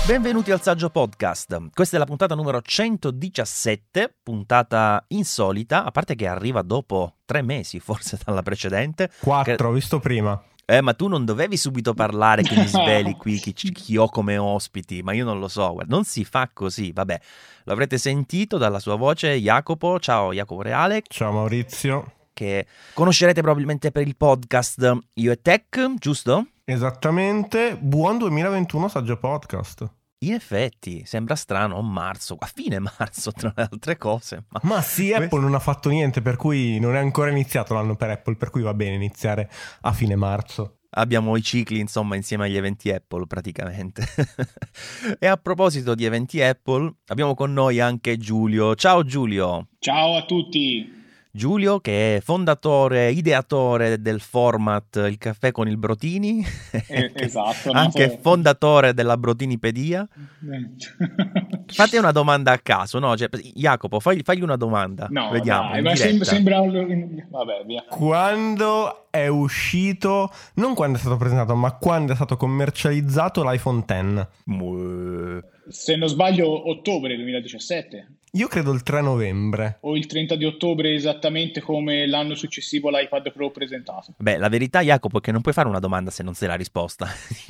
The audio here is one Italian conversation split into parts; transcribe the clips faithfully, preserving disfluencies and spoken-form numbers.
Benvenuti al Saggio Podcast. Questa è la puntata numero centodiciassette, puntata insolita, a parte che arriva dopo tre mesi forse dalla precedente. Quattro, che... ho visto prima. Eh, ma tu non dovevi subito parlare che mi sveli qui chi, chi ho come ospiti, ma io non lo so, guarda, non si fa così, vabbè. Lo avrete sentito dalla sua voce, Jacopo. Ciao Jacopo Reale. Ciao Maurizio. Che conoscerete probabilmente per il podcast Io e Tech, giusto? Esattamente, buon duemilaventuno Saggio Podcast. In effetti, sembra strano, a marzo, a fine marzo tra le altre cose. Ma, ma sì, questo... Apple non ha fatto niente, per cui non è ancora iniziato l'anno per Apple, per cui va bene iniziare a fine marzo. Abbiamo i cicli, insomma, insieme agli eventi Apple, praticamente. E a proposito di eventi Apple, abbiamo con noi anche Giulio. Ciao Giulio! Ciao a tutti! Giulio, che è fondatore, ideatore del format Il caffè con il Brotini, eh, esatto, anche nato... fondatore della Brotinipedia. Fate una domanda a caso, no? Cioè, Jacopo, fagli, fagli una domanda. No, vediamo. Dai, ma sembra, sembra... Vabbè, via. Quando è uscito, non quando è stato presentato, ma quando è stato commercializzato l'iPhone X? Muh. Se non sbaglio, ottobre duemiladiciassette. Io credo il tre novembre. O il trenta di ottobre, esattamente come l'anno successivo l'iPad Pro presentato. Beh, la verità, Jacopo, è che non puoi fare una domanda se non sai la risposta.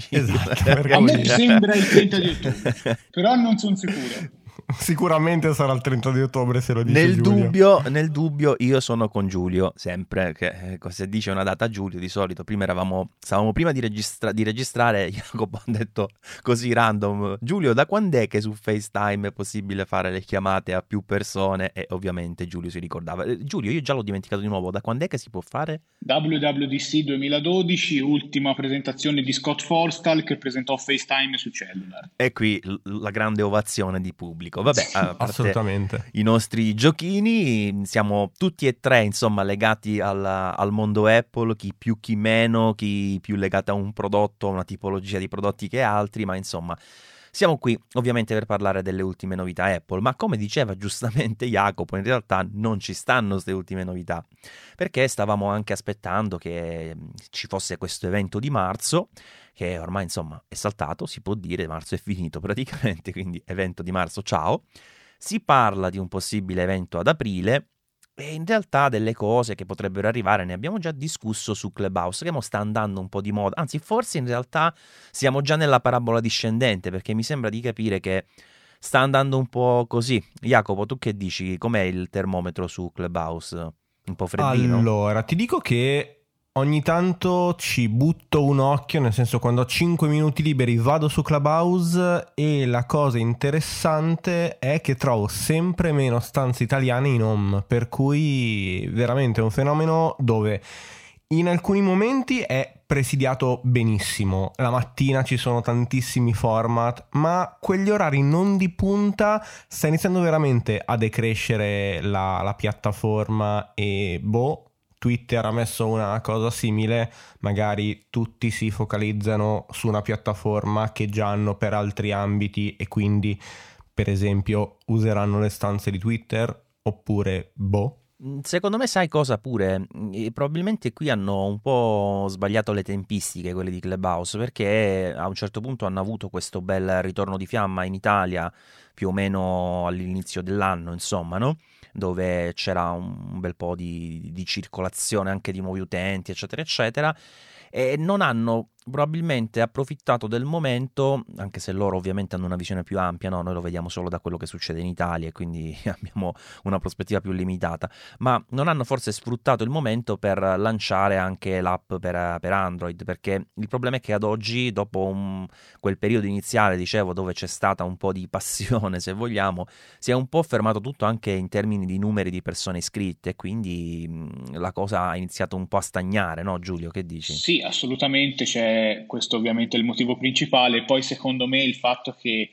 Esatto. A me sembra il trenta di ottobre, però non sono sicuro. Sicuramente sarà il trenta di ottobre, se lo dice nel Giulio. Dubbio, nel dubbio io sono con Giulio, sempre, che eh, se dice una data Giulio di solito, prima eravamo, stavamo prima di, registra- di registrare, Jacopo ha detto così random, Giulio, da quando è che su FaceTime è possibile fare le chiamate a più persone? E ovviamente Giulio si ricordava. Eh, Giulio, io già l'ho dimenticato di nuovo, da quando è che si può fare? W W D C duemiladodici, ultima presentazione di Scott Forstall che presentò FaceTime su cellular. E qui l- la grande ovazione di pubblico. Vabbè, a parte assolutamente. I nostri giochini, siamo tutti e tre, insomma, legati al, al mondo Apple, chi più chi meno, chi più legato a un prodotto, a una tipologia di prodotti che altri, ma insomma siamo qui ovviamente per parlare delle ultime novità Apple, ma come diceva giustamente Jacopo, in realtà non ci stanno queste ultime novità, perché stavamo anche aspettando che ci fosse questo evento di marzo, che ormai insomma è saltato, si può dire, marzo è finito praticamente, quindi evento di marzo, ciao. Si parla di un possibile evento ad aprile e in realtà delle cose che potrebbero arrivare ne abbiamo già discusso su Clubhouse, che mo sta andando un po' di moda, anzi forse in realtà siamo già nella parabola discendente, perché mi sembra di capire che sta andando un po' così. Jacopo, tu che dici? Com'è il termometro su Clubhouse? Un po' freddino? Allora, ti dico che ogni tanto ci butto un occhio, nel senso quando ho cinque minuti liberi vado su Clubhouse e la cosa interessante è che trovo sempre meno stanze italiane in home, per cui veramente è un fenomeno dove in alcuni momenti è presidiato benissimo, la mattina ci sono tantissimi format, ma quegli orari non di punta sta iniziando veramente a decrescere la, la piattaforma e boh, Twitter ha messo una cosa simile, magari tutti si focalizzano su una piattaforma che già hanno per altri ambiti e quindi, per esempio, useranno le stanze di Twitter oppure boh. Secondo me sai cosa pure? Probabilmente qui hanno un po' sbagliato le tempistiche quelle di Clubhouse, perché a un certo punto hanno avuto questo bel ritorno di fiamma in Italia più o meno all'inizio dell'anno, insomma, no? Dove c'era un bel po' di, di circolazione anche di nuovi utenti, eccetera, eccetera, e non hanno probabilmente approfittato del momento, anche se loro ovviamente hanno una visione più ampia, no? Noi lo vediamo solo da quello che succede in Italia e quindi abbiamo una prospettiva più limitata, ma non hanno forse sfruttato il momento per lanciare anche l'app per, per Android, perché il problema è che ad oggi, dopo un, quel periodo iniziale, dicevo, dove c'è stata un po' di passione, se vogliamo, si è un po' fermato tutto anche in termini di numeri di persone iscritte, e quindi mh, la cosa ha iniziato un po' a stagnare, no Giulio, che dici? Sì, assolutamente, c'è questo ovviamente è il motivo principale, poi secondo me il fatto che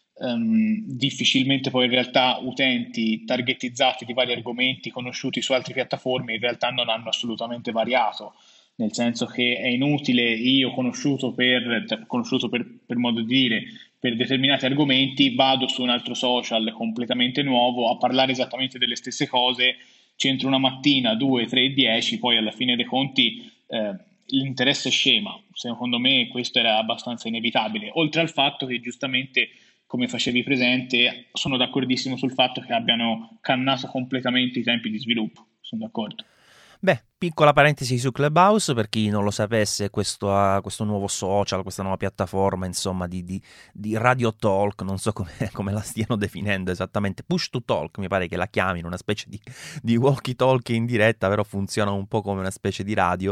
um, difficilmente poi in realtà utenti targetizzati di vari argomenti conosciuti su altre piattaforme in realtà non hanno assolutamente variato, nel senso che è inutile io conosciuto per, conosciuto per, per modo di dire per determinati argomenti vado su un altro social completamente nuovo a parlare esattamente delle stesse cose, c'entro una mattina, due, tre, dieci, poi alla fine dei conti eh, l'interesse scema. Secondo me questo era abbastanza inevitabile, oltre al fatto che giustamente, come facevi presente, sono d'accordissimo sul fatto che abbiano cannato completamente i tempi di sviluppo, sono d'accordo. Beh, piccola parentesi su Clubhouse, per chi non lo sapesse, questo, uh, questo nuovo social, questa nuova piattaforma, insomma, di, di, di radio talk, non so come, come la stiano definendo esattamente, push to talk, mi pare che la chiamino, una specie di, di walkie talkie in diretta, però funziona un po' come una specie di radio,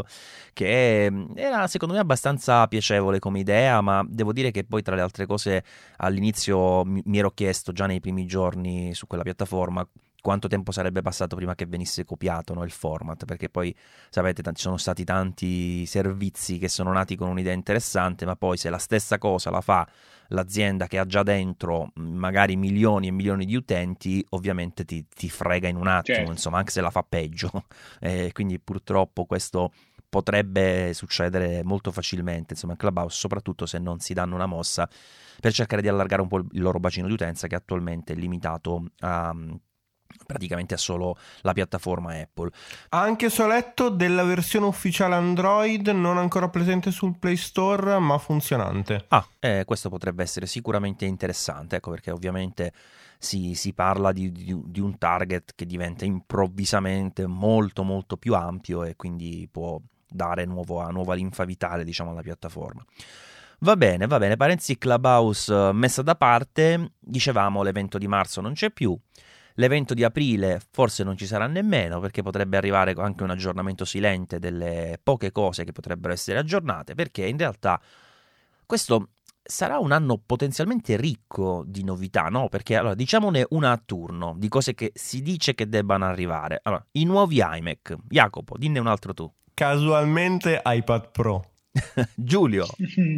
che era secondo me abbastanza piacevole come idea, ma devo dire che poi tra le altre cose all'inizio mi, mi ero chiesto già nei primi giorni su quella piattaforma quanto tempo sarebbe passato prima che venisse copiato, no, il format, perché poi sapete ci sono stati tanti servizi che sono nati con un'idea interessante, ma poi se la stessa cosa la fa l'azienda che ha già dentro magari milioni e milioni di utenti, ovviamente ti, ti frega in un attimo, certo. Insomma, anche se la fa peggio, eh, quindi purtroppo questo potrebbe succedere molto facilmente, insomma, in Clubhouse, soprattutto se non si danno una mossa per cercare di allargare un po' il loro bacino di utenza, che attualmente è limitato a praticamente a solo la piattaforma Apple. Anche se ho letto della versione ufficiale Android non ancora presente sul Play Store, ma funzionante. Ah, eh, questo potrebbe essere sicuramente interessante, ecco, perché ovviamente si, si parla di, di, di un target che diventa improvvisamente molto molto più ampio e quindi può dare nuovo, nuova linfa vitale, diciamo, alla piattaforma. Va bene, va bene, parentesi Clubhouse messa da parte, dicevamo l'evento di marzo non c'è più. L'evento di aprile forse non ci sarà nemmeno, perché potrebbe arrivare anche un aggiornamento silente delle poche cose che potrebbero essere aggiornate, perché in realtà questo sarà un anno potenzialmente ricco di novità, no? Perché allora diciamone una a turno di cose che si dice che debbano arrivare. Allora, i nuovi iMac. Jacopo, dinne un altro tu. Casualmente iPad Pro. Giulio.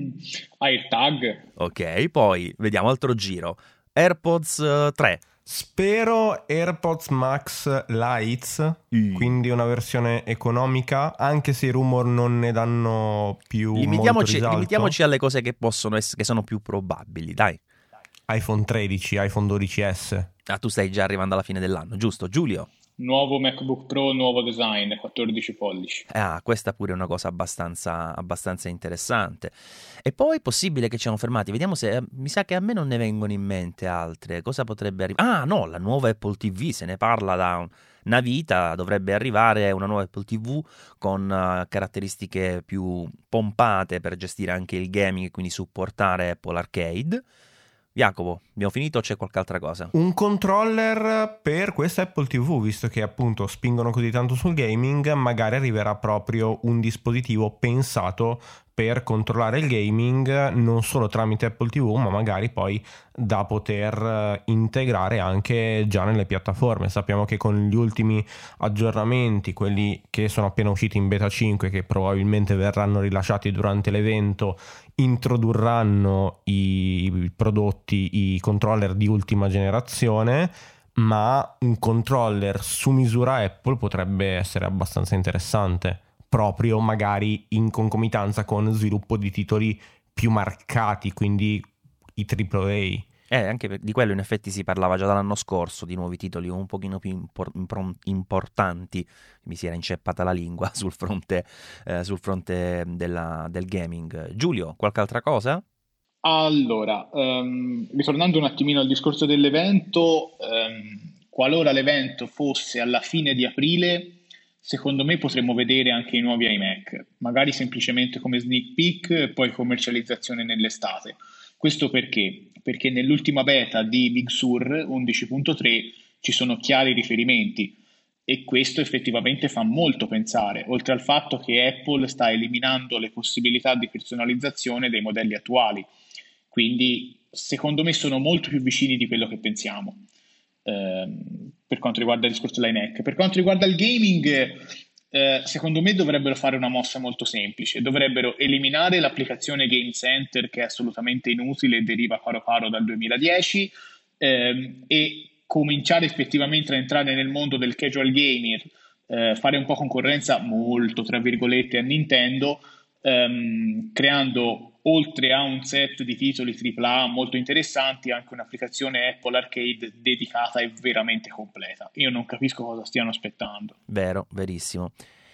AirTag. Ok, poi vediamo altro giro. AirPods uh, tre. Spero AirPods Max Lights, mm. quindi una versione economica, anche se i rumor non ne danno più molto risalto. Limitiamoci alle cose che possono essere, che sono più probabili, dai. iPhone tredici, iPhone dodici S. Ah, tu stai già arrivando alla fine dell'anno, giusto, Giulio? Nuovo MacBook Pro, nuovo design, quattordici pollici. Ah, questa pure è una cosa abbastanza, abbastanza interessante. E poi è possibile che ci siamo fermati. Vediamo se... Mi sa che a me non ne vengono in mente altre. Cosa potrebbe arrivare? Ah, no, la nuova Apple ti vu. Se ne parla da una vita. Dovrebbe arrivare una nuova Apple ti vu con uh, caratteristiche più pompate per gestire anche il gaming e quindi supportare Apple Arcade. Jacopo, abbiamo finito o c'è qualche altra cosa? Un controller per questa Apple ti vu, visto che appunto spingono così tanto sul gaming, magari arriverà proprio un dispositivo pensato per controllare il gaming non solo tramite Apple ti vu, ma magari poi da poter integrare anche già nelle piattaforme. Sappiamo che con gli ultimi aggiornamenti, quelli che sono appena usciti in beta cinque, che probabilmente verranno rilasciati durante l'evento, introdurranno i prodotti, i controller di ultima generazione, ma un controller su misura Apple potrebbe essere abbastanza interessante, proprio magari in concomitanza con sviluppo di titoli più marcati, quindi i tripla A. Eh, anche per, di quello in effetti si parlava già dall'anno scorso, di nuovi titoli un pochino più impor- impor- importanti. Mi si era inceppata la lingua sul fronte, eh, sul fronte della, del gaming. Giulio, qualche altra cosa? Allora, um, ritornando un attimino al discorso dell'evento, um, qualora l'evento fosse alla fine di aprile, secondo me potremmo vedere anche i nuovi iMac, magari semplicemente come sneak peek e poi commercializzazione nell'estate. Questo perché? Perché nell'ultima beta di Big Sur undici punto tre ci sono chiari riferimenti e questo effettivamente fa molto pensare, oltre al fatto che Apple sta eliminando le possibilità di personalizzazione dei modelli attuali. Quindi secondo me sono molto più vicini di quello che pensiamo eh, per quanto riguarda il discorso dell'iMac. Per quanto riguarda il gaming, eh, secondo me dovrebbero fare una mossa molto semplice, dovrebbero eliminare l'applicazione Game Center, che è assolutamente inutile e deriva paro paro dal duemiladieci, ehm, e cominciare effettivamente a entrare nel mondo del casual gamer, eh, fare un po' concorrenza molto tra virgolette a Nintendo, ehm, creando oltre a un set di titoli tripla A molto interessanti anche un'applicazione Apple Arcade dedicata e veramente completa. Io non capisco cosa stiano aspettando. Vero, verissimo.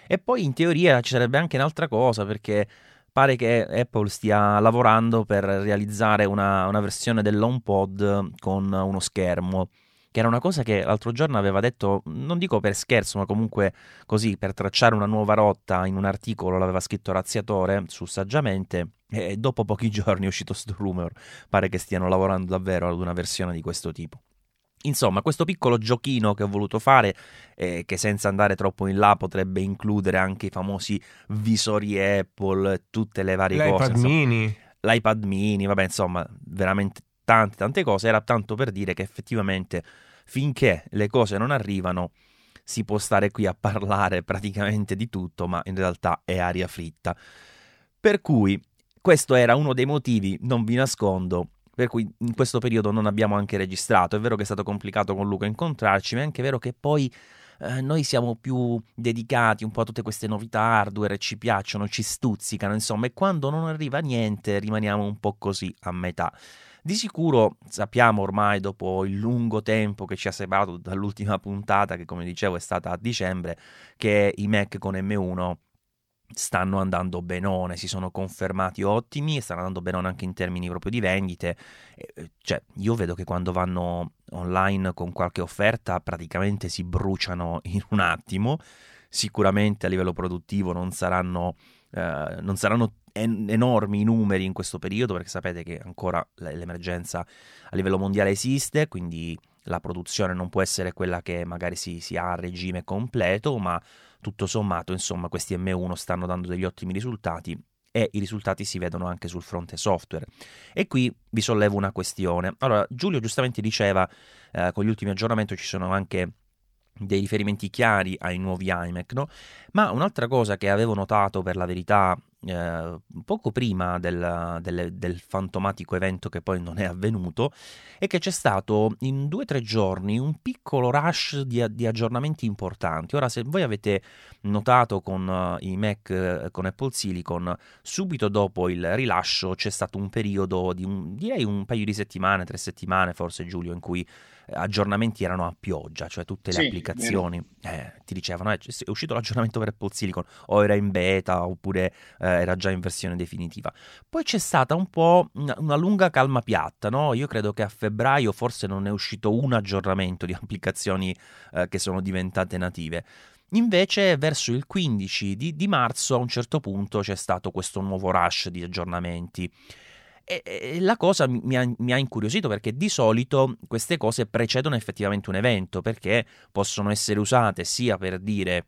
E poi in teoria ci sarebbe anche un'altra cosa, perché pare che Apple stia lavorando per realizzare una, una versione dell'HomePod con uno schermo, che era una cosa che l'altro giorno aveva detto, non dico per scherzo, ma comunque così, per tracciare una nuova rotta in un articolo, l'aveva scritto Razziatore su Saggiamente, e dopo pochi giorni è uscito sto rumor. Pare che stiano lavorando davvero ad una versione di questo tipo. Insomma, questo piccolo giochino che ho voluto fare, eh, che senza andare troppo in là potrebbe includere anche i famosi visori Apple, tutte le varie cose. L'iPad insomma, mini. L'iPad mini, vabbè, insomma, veramente tante tante cose. Era tanto per dire che effettivamente finché le cose non arrivano si può stare qui a parlare praticamente di tutto, ma in realtà è aria fritta. Per cui questo era uno dei motivi, non vi nascondo, per cui in questo periodo non abbiamo anche registrato. È vero che è stato complicato con Luca incontrarci, ma è anche vero che poi eh, noi siamo più dedicati un po' a tutte queste novità hardware, ci piacciono, ci stuzzicano, insomma, e quando non arriva niente rimaniamo un po' così a metà. Di sicuro sappiamo ormai, dopo il lungo tempo che ci ha separato dall'ultima puntata, che come dicevo è stata a dicembre, che i Mac con M uno stanno andando benone, si sono confermati ottimi e stanno andando benone anche in termini proprio di vendite. Cioè, io vedo che quando vanno online con qualche offerta praticamente si bruciano in un attimo. Sicuramente a livello produttivo non saranno, eh, non saranno en- enormi i numeri in questo periodo, perché sapete che ancora l'emergenza a livello mondiale esiste, quindi la produzione non può essere quella che magari si, si ha a regime completo, ma tutto sommato, insomma, questi M uno stanno dando degli ottimi risultati e i risultati si vedono anche sul fronte software. E qui vi sollevo una questione. Allora, Giulio giustamente diceva, eh, con gli ultimi aggiornamenti ci sono anche dei riferimenti chiari ai nuovi iMac, no? Ma un'altra cosa che avevo notato, per la verità, eh, poco prima del, del, del fantomatico evento che poi non è avvenuto, è che c'è stato in due o tre giorni un piccolo rush di, di aggiornamenti importanti. Ora, se voi avete notato con uh, i Mac uh, con Apple Silicon, subito dopo il rilascio c'è stato un periodo di un, direi un paio di settimane, tre settimane forse, Giulio, in cui aggiornamenti erano a pioggia, cioè tutte le Sì, applicazioni eh, ti dicevano eh, è uscito l'aggiornamento per Apple Silicon, o era in beta oppure eh, era già in versione definitiva. Poi c'è stata un po' una, una lunga calma piatta, no? Io credo che a febbraio forse non è uscito un aggiornamento di applicazioni eh, che sono diventate native. Invece verso il quindici di, di marzo a un certo punto c'è stato questo nuovo rush di aggiornamenti. E, e la cosa mi ha, mi ha incuriosito, perché di solito queste cose precedono effettivamente un evento, perché possono essere usate sia per dire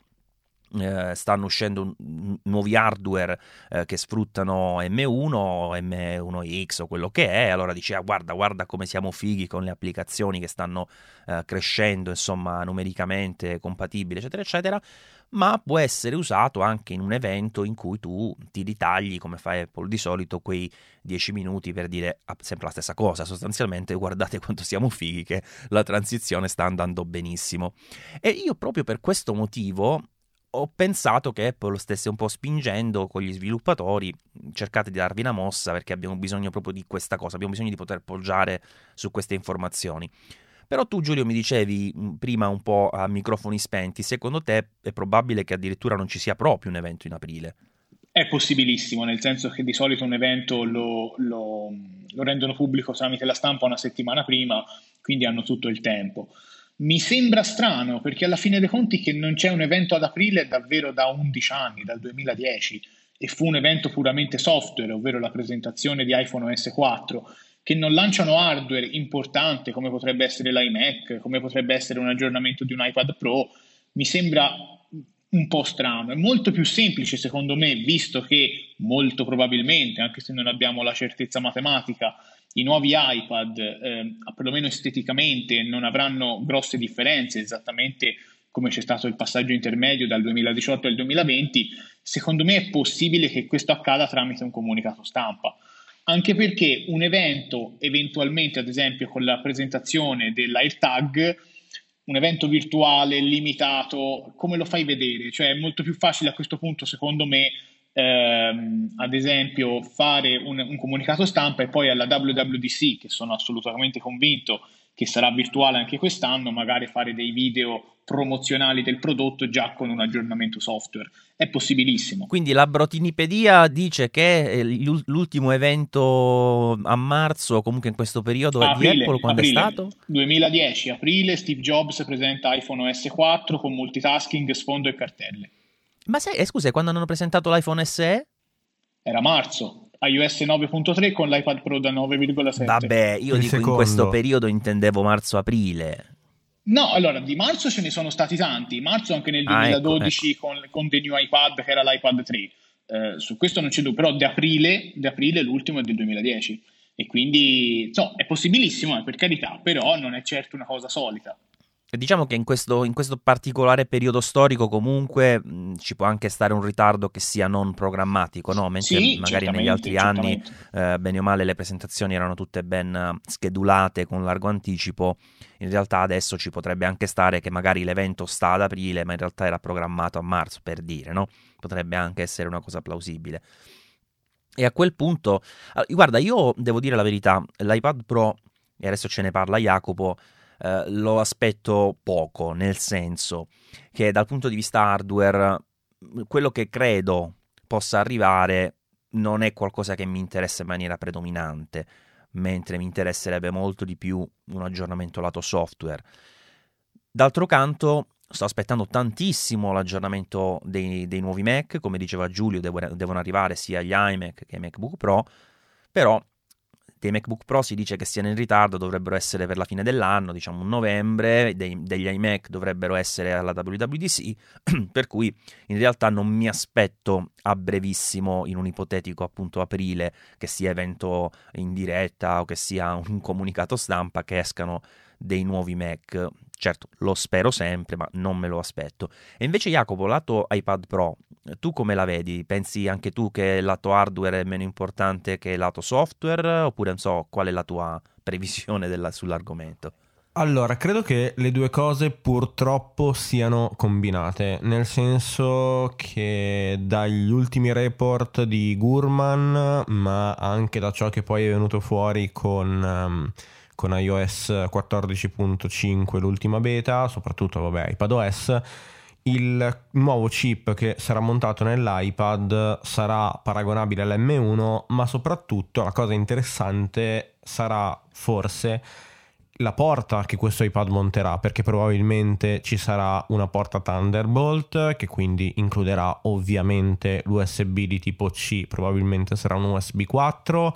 eh, stanno uscendo un, nuovi hardware eh, che sfruttano M uno, M uno X o quello che è, allora dici ah, guarda guarda come siamo fighi con le applicazioni che stanno eh, crescendo, insomma, numericamente compatibili, eccetera eccetera. Ma può essere usato anche in un evento in cui tu ti ritagli, come fa Apple di solito, quei dieci minuti per dire ah, sempre la stessa cosa, sostanzialmente guardate quanto siamo fighi che la transizione sta andando benissimo. E io proprio per questo motivo ho pensato che Apple stesse un po' spingendo con gli sviluppatori, cercate di darvi una mossa perché abbiamo bisogno proprio di questa cosa, abbiamo bisogno di poter poggiare su queste informazioni. Però tu, Giulio, mi dicevi prima un po' a microfoni spenti, secondo te è probabile che addirittura non ci sia proprio un evento in aprile? È possibilissimo, nel senso che di solito un evento lo, lo, lo rendono pubblico tramite la stampa una settimana prima, quindi hanno tutto il tempo. Mi sembra strano, perché alla fine dei conti che non c'è un evento ad aprile è davvero da undici anni, dal duemiladieci, e fu un evento puramente software, ovvero la presentazione di iPhone O S quattro, che non lanciano hardware importante come potrebbe essere l'iMac, come potrebbe essere un aggiornamento di un iPad Pro. Mi sembra un po' strano. È molto più semplice, secondo me, visto che molto probabilmente, anche se non abbiamo la certezza matematica, i nuovi iPad, eh, perlomeno esteticamente, non avranno grosse differenze, esattamente come c'è stato il passaggio intermedio dal duemiladiciotto al duemilaventi. Secondo me è possibile che questo accada tramite un comunicato stampa. Anche perché un evento, eventualmente, ad esempio, con la presentazione dell'AirTag, un evento virtuale, limitato, come lo fai vedere? Cioè è molto più facile a questo punto, secondo me, ehm, ad esempio, fare un, un comunicato stampa e poi alla W W D C, che sono assolutamente convinto che sarà virtuale anche quest'anno, magari fare dei video promozionali del prodotto già con un aggiornamento software. È possibilissimo. Quindi la Brotinipedia dice che l'ultimo evento a marzo, comunque in questo periodo, è aprile, di Apple, quando aprile, è stato? duemiladieci, aprile, Steve Jobs presenta iPhone O S quattro con multitasking, sfondo e cartelle. Ma sai, eh, scusa, quando hanno presentato l'iPhone S E? Era marzo, iOS nove punto tre con l'iPad Pro da nove virgola sette. Vabbè, io Il dico secondo. in questo periodo intendevo marzo-aprile. No, allora, di marzo ce ne sono stati tanti. Marzo anche nel Ah, ecco, duemiladodici ecco. Con, con The New iPad, che era l'iPad tre. Eh, su questo non c'è dubbio, però di aprile, di aprile l'ultimo è del duemiladieci. E quindi, insomma, è possibilissimo, eh, per carità, però non è certo una cosa solita. Diciamo che in questo, in questo particolare periodo storico comunque mh, ci può anche stare un ritardo che sia non programmatico, no? Mentre Sì, magari negli altri anni, certamente. eh, bene o male, le presentazioni erano tutte ben eh, schedulate con largo anticipo. In realtà adesso ci potrebbe anche stare che magari l'evento sta ad aprile, ma in realtà era programmato a marzo, per dire, no? Potrebbe anche essere una cosa plausibile. E a quel punto, ah, guarda, io devo dire la verità, l'iPad Pro, e adesso ce ne parla Jacopo, Uh, lo aspetto poco, nel senso che dal punto di vista hardware quello che credo possa arrivare non è qualcosa che mi interessa in maniera predominante, mentre mi interesserebbe molto di più un aggiornamento lato software. D'altro canto sto aspettando tantissimo l'aggiornamento dei, dei nuovi Mac, come diceva Giulio, devo, devono arrivare sia gli iMac che i MacBook Pro, però dei MacBook Pro si dice che siano in ritardo, dovrebbero essere per la fine dell'anno, diciamo un novembre, dei, degli iMac dovrebbero essere alla W W D C, per cui in realtà non mi aspetto a brevissimo, in un ipotetico appunto aprile, che sia evento in diretta o che sia un comunicato stampa, che escano dei nuovi Mac. Certo, lo spero sempre, ma non me lo aspetto. E invece Jacopo, lato iPad Pro, tu come la vedi? Pensi anche tu che il lato hardware è meno importante che il lato software? Oppure non so, qual è la tua previsione della, sull'argomento? Allora, credo che le due cose purtroppo siano combinate, nel senso che dagli ultimi report di Gurman, ma anche da ciò che poi è venuto fuori con... Um, con iOS quattordici punto cinque, l'ultima beta, soprattutto vabbè iPadOS, il nuovo chip che sarà montato nell'iPad sarà paragonabile all'M uno, ma soprattutto la cosa interessante sarà forse la porta che questo iPad monterà, perché probabilmente ci sarà una porta Thunderbolt che quindi includerà ovviamente l'U S B di tipo C, probabilmente sarà un U S B quattro,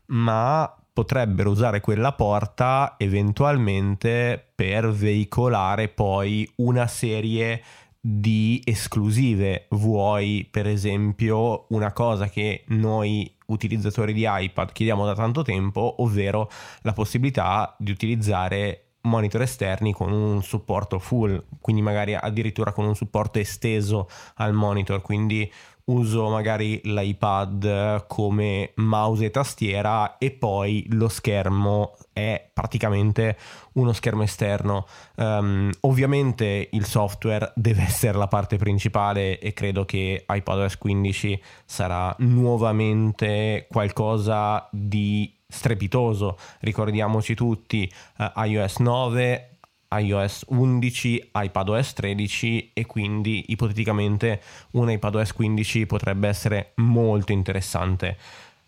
ma potrebbero usare quella porta eventualmente per veicolare poi una serie di esclusive. Vuoi per esempio una cosa che noi utilizzatori di iPad chiediamo da tanto tempo, ovvero la possibilità di utilizzare monitor esterni con un supporto full, quindi magari addirittura con un supporto esteso al monitor, quindi uso magari l'iPad come mouse e tastiera e poi lo schermo è praticamente uno schermo esterno. Um, ovviamente il software deve essere la parte principale e credo che iPadOS quindici sarà nuovamente qualcosa di strepitoso. Ricordiamoci tutti uh, iOS nove, iOS undici, iPadOS tredici e quindi ipoteticamente un iPadOS quindici potrebbe essere molto interessante.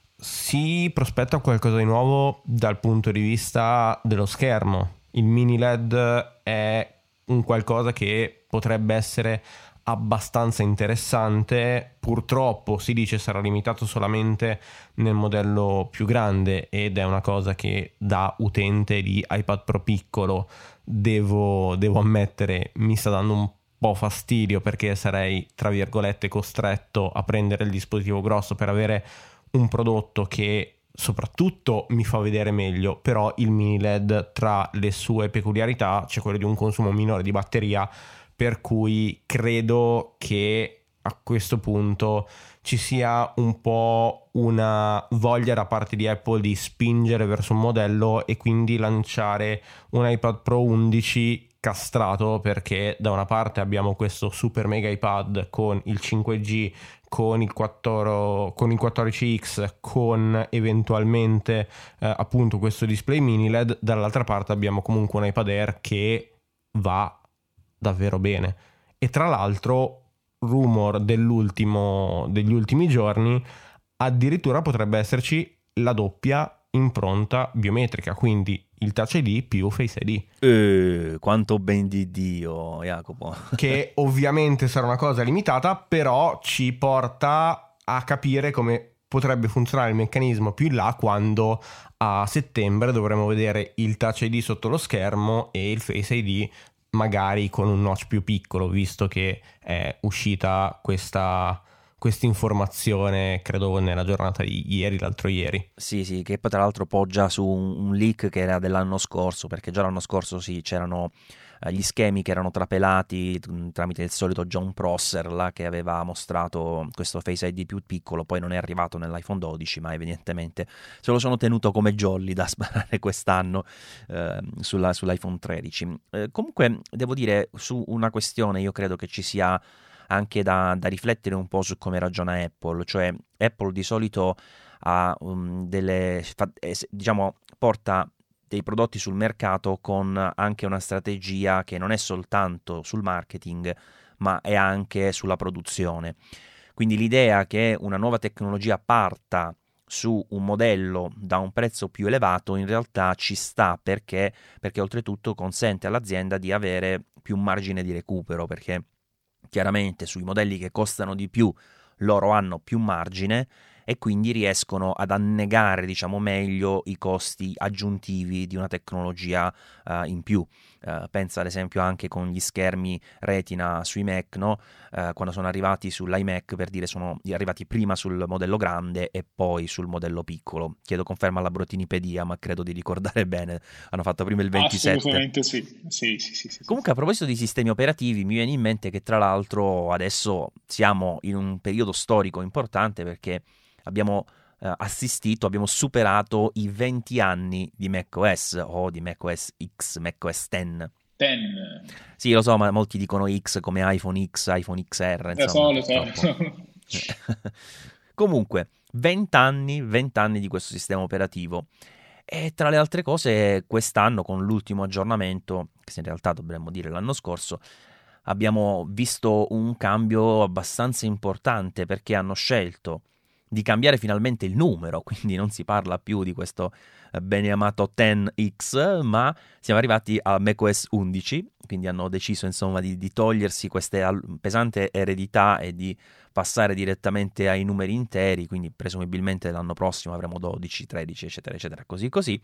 Si prospetta qualcosa di nuovo dal punto di vista dello schermo. Il mini L E D è un qualcosa che potrebbe essere abbastanza interessante. Purtroppo si dice sarà limitato solamente nel modello più grande ed è una cosa che da utente di iPad Pro piccolo devo, devo ammettere mi sta dando un po' fastidio, perché sarei tra virgolette costretto a prendere il dispositivo grosso per avere un prodotto che soprattutto mi fa vedere meglio. Però il mini L E D, tra le sue peculiarità, c'è quello di un consumo minore di batteria, per cui credo che a questo punto ci sia un po' una voglia da parte di Apple di spingere verso un modello e quindi lanciare un iPad Pro undici castrato, perché da una parte abbiamo questo super mega iPad con il cinque G, con il, quattro, con il quattordici X, con eventualmente eh, appunto questo display mini L E D, dall'altra parte abbiamo comunque un iPad Air che va davvero bene. E tra l'altro, rumor dell'ultimo, degli ultimi giorni, addirittura potrebbe esserci la doppia impronta biometrica, quindi il Touch I D più Face I D. Eh, quanto ben di Dio, Jacopo. Che ovviamente sarà una cosa limitata, però ci porta a capire come potrebbe funzionare il meccanismo più in là, quando a settembre dovremo vedere il Touch I D sotto lo schermo e il Face I D magari con un notch più piccolo, visto che è uscita questa questa informazione credo nella giornata di ieri, l'altro ieri. Sì, sì, che poi tra l'altro poggia su un, un leak che era dell'anno scorso, perché già l'anno scorso sì, c'erano eh, gli schemi che erano trapelati mh, tramite il solito John Prosser là, che aveva mostrato questo Face I D più piccolo, poi non è arrivato nell'iPhone dodici, ma evidentemente se lo sono tenuto come jolly da sparare quest'anno eh, sulla, sull'iPhone tredici. Eh, comunque devo dire, su una questione io credo che ci sia anche da, da riflettere un po' su come ragiona Apple, cioè Apple di solito ha um, delle, fa, eh, diciamo, porta dei prodotti sul mercato con anche una strategia che non è soltanto sul marketing, ma è anche sulla produzione. Quindi l'idea che una nuova tecnologia parta su un modello da un prezzo più elevato in realtà ci sta, perché, perché oltretutto consente all'azienda di avere più margine di recupero, perché chiaramente sui modelli che costano di più loro hanno più margine e quindi riescono ad annegare, diciamo, meglio i costi aggiuntivi di una tecnologia uh, in più. Uh, pensa ad esempio anche con gli schermi Retina sui Mac, no? Uh, quando sono arrivati sull'iMac, per dire, sono arrivati prima sul modello grande e poi sul modello piccolo. Chiedo conferma alla Brotinipedia, ma credo di ricordare bene, hanno fatto prima il ventisette. Assolutamente sì. Sì, sì, sì, sì, Comunque, sì. a proposito di sistemi operativi, mi viene in mente che tra l'altro adesso siamo in un periodo storico importante, perché abbiamo eh, assistito, abbiamo superato i venti anni di macOS o di macOS X, macOS dieci. Ten. Sì, lo so, ma molti dicono X come iPhone X, iPhone X R, insomma, Lo so, lo so, purtroppo. lo so. Comunque, venti anni, venti anni di questo sistema operativo. E tra le altre cose, quest'anno con l'ultimo aggiornamento, che in realtà dovremmo dire l'anno scorso, abbiamo visto un cambio abbastanza importante, perché hanno scelto di cambiare finalmente il numero, quindi non si parla più di questo beneamato dieci X, ma siamo arrivati a macOS undici, quindi hanno deciso insomma di, di togliersi questa pesante eredità e di passare direttamente ai numeri interi, quindi presumibilmente l'anno prossimo avremo dodici, tredici, eccetera, eccetera, così così.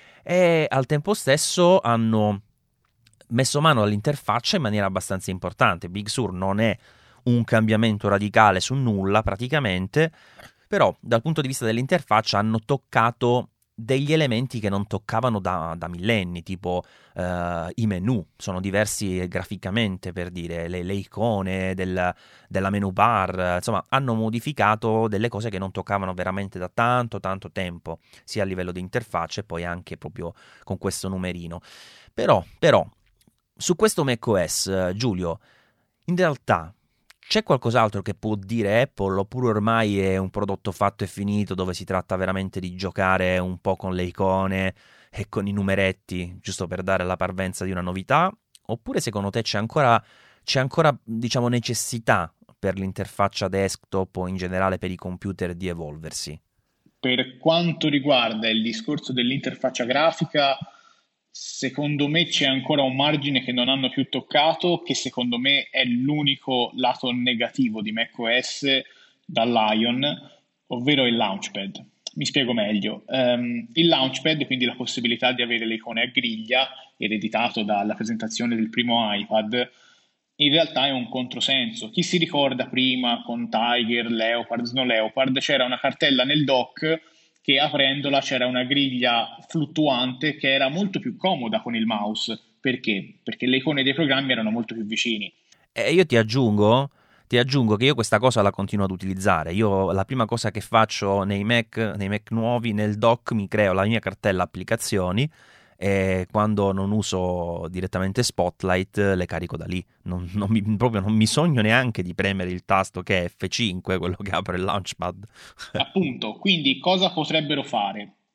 E al tempo stesso hanno messo mano all'interfaccia in maniera abbastanza importante. Big Sur non è un cambiamento radicale su nulla praticamente, però dal punto di vista dell'interfaccia hanno toccato degli elementi che non toccavano da, da millenni, tipo uh, i menu, sono diversi graficamente, per dire, le, le icone del, della menu bar, insomma hanno modificato delle cose che non toccavano veramente da tanto tanto tempo, sia a livello di interfaccia e poi anche proprio con questo numerino. Però, però su questo macOS, Giulio, in realtà c'è qualcos'altro che può dire Apple, oppure ormai è un prodotto fatto e finito dove si tratta veramente di giocare un po' con le icone e con i numeretti, giusto per dare la parvenza di una novità? Oppure secondo te c'è ancora, c'è ancora diciamo, necessità per l'interfaccia desktop o in generale per i computer di evolversi? Per quanto riguarda il discorso dell'interfaccia grafica, secondo me c'è ancora un margine che non hanno più toccato, che secondo me è l'unico lato negativo di macOS dall'Ion, ovvero il Launchpad. Mi spiego meglio. Um, il Launchpad, quindi la possibilità di avere le icone a griglia, ereditato dalla presentazione del primo iPad, in realtà è un controsenso. Chi si ricorda prima con Tiger, Leopard, Snow Leopard, c'era una cartella nel dock che aprendola c'era una griglia fluttuante che era molto più comoda con il mouse. Perché? Perché le icone dei programmi erano molto più vicini. E io ti aggiungo, ti aggiungo che io questa cosa la continuo ad utilizzare. Io la prima cosa che faccio nei Mac, nei Mac nuovi, nel dock mi creo la mia cartella applicazioni e quando non uso direttamente Spotlight le carico da lì. Non, non mi, proprio non mi sogno neanche di premere il tasto che è F cinque, quello che apre il Launchpad. Appunto, quindi cosa potrebbero fare?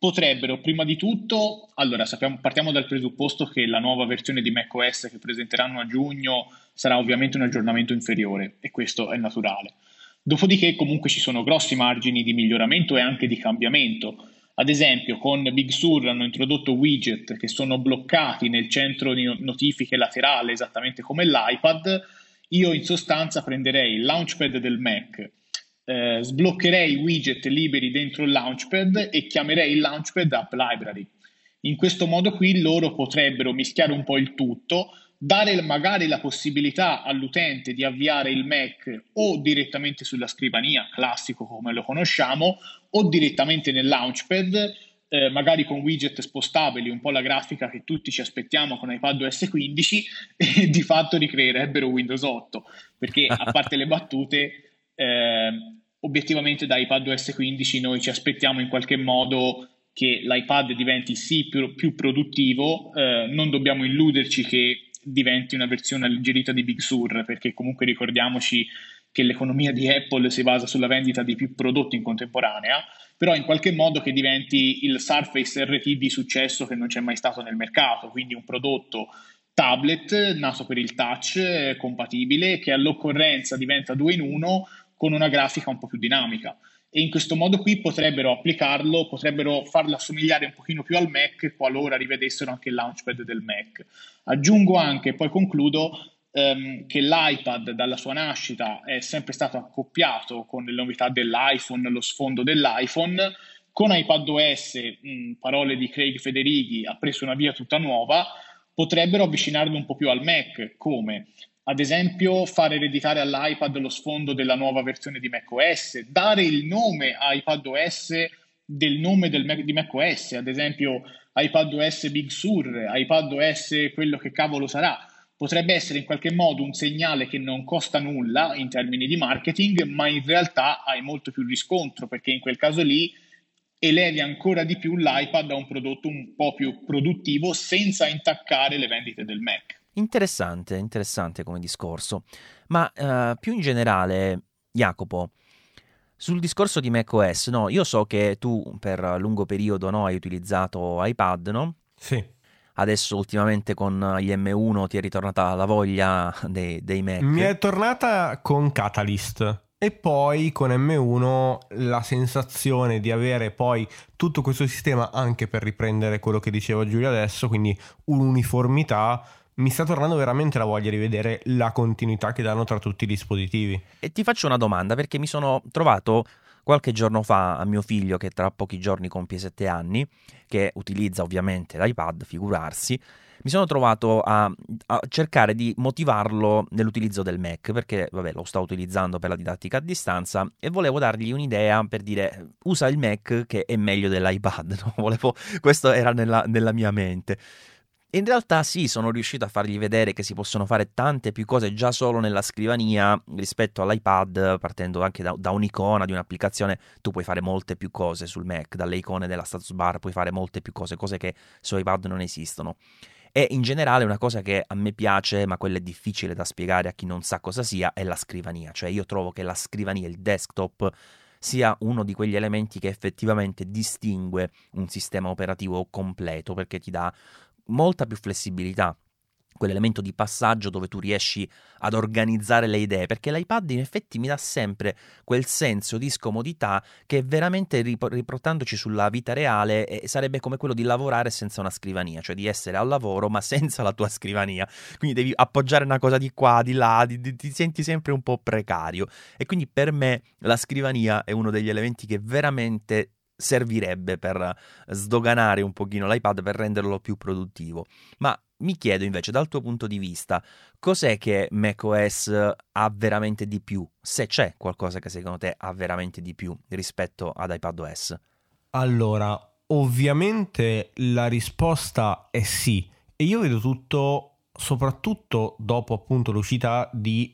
potrebbero prima di tutto, allora sappiamo, partiamo dal presupposto che la nuova versione di macOS che presenteranno a giugno sarà ovviamente un aggiornamento inferiore, e questo è naturale. Dopodiché comunque ci sono grossi margini di miglioramento e anche di cambiamento. Ad esempio con Big Sur hanno introdotto widget che sono bloccati nel centro di notifiche laterale, esattamente come l'iPad. Io in sostanza prenderei il launchpad del Mac, Eh, sbloccherei i widget liberi dentro il launchpad e chiamerei il launchpad App Library. In questo modo qui loro potrebbero mischiare un po' il tutto, dare magari la possibilità all'utente di avviare il Mac o direttamente sulla scrivania, classico come lo conosciamo, o direttamente nel launchpad, eh, magari con widget spostabili, un po' la grafica che tutti ci aspettiamo con iPadOS quindici, e di fatto ricreerebbero Windows otto, perché a parte le battute, Eh, obiettivamente da iPadOS quindici noi ci aspettiamo in qualche modo che l'iPad diventi sì più, più produttivo, eh, non dobbiamo illuderci che diventi una versione alleggerita di Big Sur, perché comunque ricordiamoci che l'economia di Apple si basa sulla vendita di più prodotti in contemporanea, però in qualche modo che diventi il Surface R T di successo che non c'è mai stato nel mercato, quindi un prodotto tablet nato per il touch, eh, compatibile, che all'occorrenza diventa due in uno con una grafica un po' più dinamica, e in questo modo qui potrebbero applicarlo, potrebbero farlo assomigliare un pochino più al Mac qualora rivedessero anche il launchpad del Mac. Aggiungo anche, poi concludo, ehm, che l'iPad dalla sua nascita è sempre stato accoppiato con le novità dell'iPhone, lo sfondo dell'iPhone. Con iPadOS, mh, parole di Craig Federighi, ha preso una via tutta nuova. Potrebbero avvicinarlo un po' più al Mac, come ad esempio fare ereditare all'iPad lo sfondo della nuova versione di macOS, dare il nome a iPadOS del nome del Mac, di macOS, ad esempio iPadOS Big Sur, iPadOS quello che cavolo sarà. Potrebbe essere in qualche modo un segnale che non costa nulla in termini di marketing, ma in realtà hai molto più riscontro, perché in quel caso lì elevi ancora di più l'iPad a un prodotto un po' più produttivo senza intaccare le vendite del Mac. Interessante, interessante come discorso. Ma uh, più in generale, Jacopo, sul discorso di macOS, no, io so che tu per lungo periodo, no, hai utilizzato iPad, no? Sì. Adesso ultimamente con gli M uno ti è ritornata la voglia dei, dei Mac. Mi è tornata con Catalyst. E poi con M uno la sensazione di avere poi tutto questo sistema, anche per riprendere quello che diceva Giulio adesso, quindi un'uniformità, mi sta tornando veramente la voglia di vedere la continuità che danno tra tutti i dispositivi. E ti faccio una domanda, perché mi sono trovato qualche giorno fa a mio figlio, che tra pochi giorni compie sette anni, che utilizza ovviamente l'iPad, figurarsi. Mi sono trovato a, a cercare di motivarlo nell'utilizzo del Mac, perché vabbè, lo sto utilizzando per la didattica a distanza e volevo dargli un'idea per dire usa il Mac che è meglio dell'iPad, no? Volevo, questo era nella, nella mia mente. In realtà sì, sono riuscito a fargli vedere che si possono fare tante più cose già solo nella scrivania rispetto all'iPad, partendo anche da, da un'icona, di un'applicazione. Tu puoi fare molte più cose sul Mac, dalle icone della status bar puoi fare molte più cose, cose che su iPad non esistono. E in generale una cosa che a me piace, ma quella è difficile da spiegare a chi non sa cosa sia, è la scrivania. Cioè io trovo che la scrivania, il desktop, sia uno di quegli elementi che effettivamente distingue un sistema operativo completo, perché ti dà molta più flessibilità, quell'elemento di passaggio dove tu riesci ad organizzare le idee, perché l'iPad in effetti mi dà sempre quel senso di scomodità che veramente, riportandoci sulla vita reale, eh, sarebbe come quello di lavorare senza una scrivania, cioè di essere al lavoro ma senza la tua scrivania, quindi devi appoggiare una cosa di qua, di là, di, di, ti senti sempre un po' precario, e quindi per me la scrivania è uno degli elementi che veramente servirebbe per sdoganare un pochino l'iPad, per renderlo più produttivo. Ma mi chiedo invece, dal tuo punto di vista, cos'è che macOS ha veramente di più? Se c'è qualcosa che secondo te ha veramente di più rispetto ad iPadOS? Allora, ovviamente la risposta è sì, e io vedo tutto soprattutto dopo appunto l'uscita di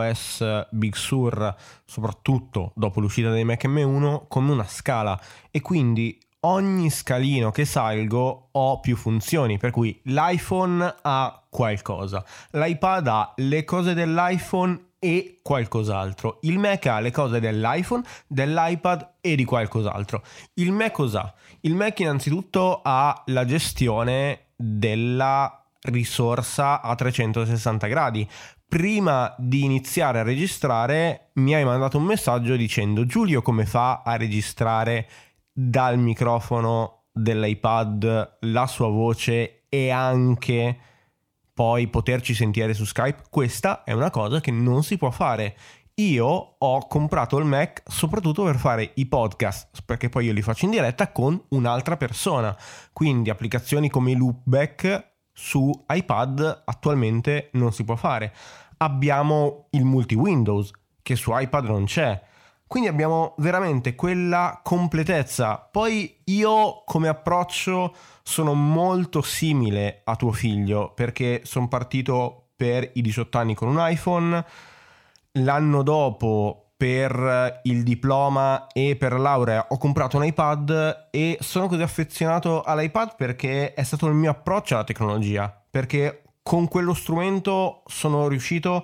macOS Big Sur, soprattutto dopo l'uscita dei Mac M uno, come una scala, e quindi ogni scalino che salgo ho più funzioni, per cui l'iPhone ha qualcosa, l'iPad ha le cose dell'iPhone e qualcos'altro. Il Mac ha le cose dell'iPhone, dell'iPad e di qualcos'altro. Il Mac cos'ha? Il Mac innanzitutto ha la gestione della risorsa a trecentosessanta gradi. Prima di iniziare a registrare mi hai mandato un messaggio dicendo: Giulio, come fa a registrare dal microfono dell'iPad la sua voce e anche poi poterci sentire su Skype? Questa è una cosa che non si può fare. Io ho comprato il Mac soprattutto per fare i podcast, perché poi io li faccio in diretta con un'altra persona, quindi applicazioni come Loopback su iPad attualmente non si può fare. Abbiamo il multi-Windows che su iPad non c'è, quindi abbiamo veramente quella completezza. Poi io come approccio sono molto simile a tuo figlio, perché sono partito per i diciotto anni con un iPhone, l'anno dopo per il diploma e per la laurea ho comprato un iPad e sono così affezionato all'iPad perché è stato il mio approccio alla tecnologia, perché con quello strumento sono riuscito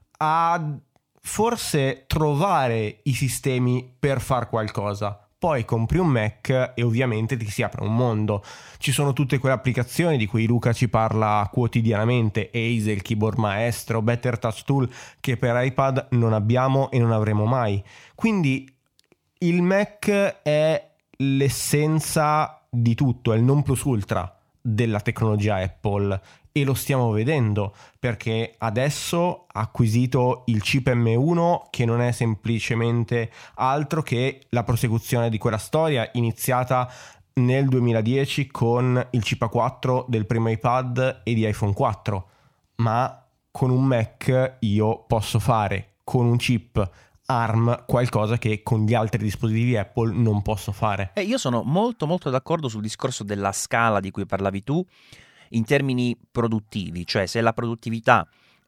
a forse trovare i sistemi per far qualcosa. Poi compri un Mac e ovviamente ti si apre un mondo. Ci sono tutte quelle applicazioni di cui Luca ci parla quotidianamente, Ace, il keyboard maestro, Better Touch Tool, che per iPad non abbiamo e non avremo mai. Quindi il Mac è l'essenza di tutto, è il non plus ultra della tecnologia Apple, e lo stiamo vedendo perché adesso ha acquisito il chip M uno, che non è semplicemente altro che la prosecuzione di quella storia iniziata nel duemiladieci con il chip A quattro del primo iPad e di iPhone quattro, ma con un Mac io posso fare con un chip ARM qualcosa che con gli altri dispositivi Apple non posso fare. Eh, io sono molto molto d'accordo sul discorso della scala di cui parlavi tu in termini produttivi, cioè se la produttività